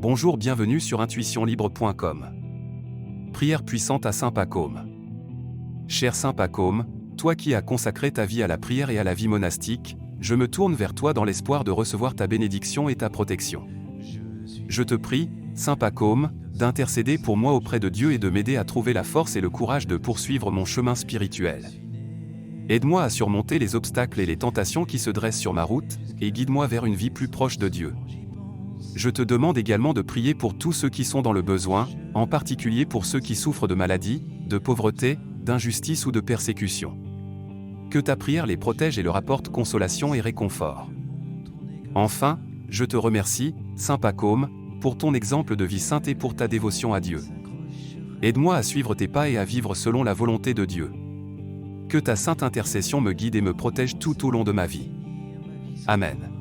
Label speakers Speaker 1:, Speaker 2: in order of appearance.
Speaker 1: Bonjour, bienvenue sur intuitionlibre.com. Prière puissante à Saint Pacôme. Cher Saint Pacôme, toi qui as consacré ta vie à la prière et à la vie monastique, je me tourne vers toi dans l'espoir de recevoir ta bénédiction et ta protection. Je te prie, Saint Pacôme, d'intercéder pour moi auprès de Dieu et de m'aider à trouver la force et le courage de poursuivre mon chemin spirituel. Aide-moi à surmonter les obstacles et les tentations qui se dressent sur ma route, et guide-moi vers une vie plus proche de Dieu. Je te demande également de prier pour tous ceux qui sont dans le besoin, en particulier pour ceux qui souffrent de maladie, de pauvreté, d'injustice ou de persécution. Que ta prière les protège et leur apporte consolation et réconfort. Enfin, je te remercie, Saint Pacôme, pour ton exemple de vie sainte et pour ta dévotion à Dieu. Aide-moi à suivre tes pas et à vivre selon la volonté de Dieu. Que ta sainte intercession me guide et me protège tout au long de ma vie. Amen.